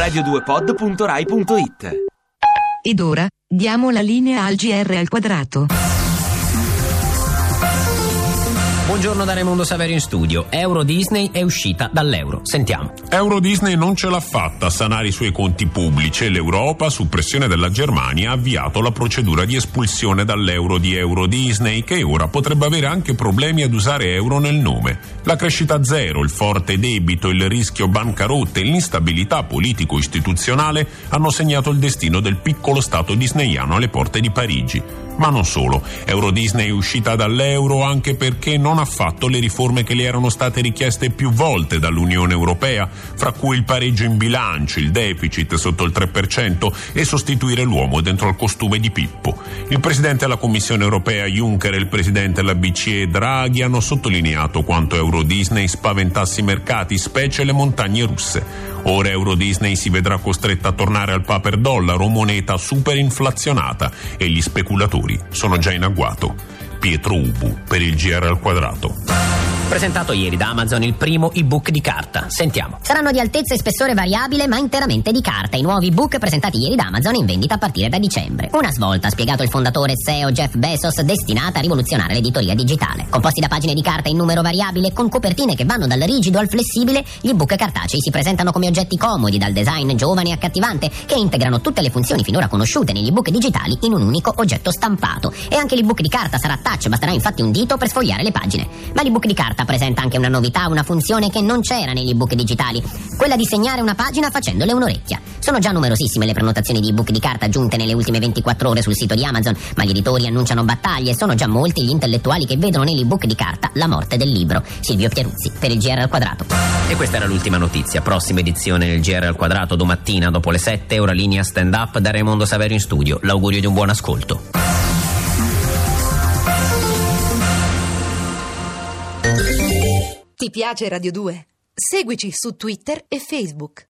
radio2pod.rai.it. Ed ora diamo la linea al GR al quadrato. Buongiorno da Raimondo Saverio in studio. Euro Disney è uscita dall'euro. Sentiamo. Euro Disney non ce l'ha fatta a sanare i suoi conti pubblici e l'Europa, su pressione della Germania, ha avviato la procedura di espulsione dall'euro di Euro Disney, che ora potrebbe avere anche problemi ad usare euro nel nome. La crescita zero, il forte debito, il rischio bancarotte e l'instabilità politico-istituzionale hanno segnato il destino del piccolo stato disneyano alle porte di Parigi. Ma non solo. Euro Disney è uscita dall'euro anche perché non ha fatto le riforme che le erano state richieste più volte dall'Unione Europea, fra cui il pareggio in bilancio, il deficit sotto il 3% e sostituire l'uomo dentro al costume di Pippo. Il presidente della Commissione Europea Juncker e il presidente della BCE Draghi hanno sottolineato quanto Euro Disney spaventasse i mercati, specie le montagne russe. Ora Euro Disney si vedrà costretta a tornare al paper dollaro, moneta superinflazionata, e gli speculatori sono già in agguato. Pietro Ubu per il GR al quadrato. Presentato ieri da Amazon il primo ebook di carta. Sentiamo. Saranno di altezza e spessore variabile, ma interamente di carta. I nuovi ebook presentati ieri da Amazon in vendita a partire da dicembre. Una svolta, ha spiegato il fondatore CEO Jeff Bezos, destinata a rivoluzionare l'editoria digitale. Composti da pagine di carta in numero variabile, con copertine che vanno dal rigido al flessibile, gli ebook cartacei si presentano come oggetti comodi, dal design giovane e accattivante, che integrano tutte le funzioni finora conosciute negli ebook digitali in un unico oggetto stampato. E anche l'ebook di carta sarà touch, basterà infatti un dito per sfogliare le pagine. Ma l'ebook di carta presenta anche una novità, una funzione che non c'era negli ebook digitali, quella di segnare una pagina facendole un'orecchia. Sono già numerosissime le prenotazioni di ebook di carta giunte nelle ultime 24 ore sul sito di Amazon, ma gli editori annunciano battaglie e sono già molti gli intellettuali che vedono negli ebook di carta la morte del libro. Silvio Pieruzzi per il GR al quadrato. E questa era l'ultima notizia. Prossima edizione del GR al quadrato domattina dopo le 7, ora linea stand up da Raimondo Saverio in studio. L'augurio di un buon ascolto. Ti piace Radio 2? Seguici su Twitter e Facebook.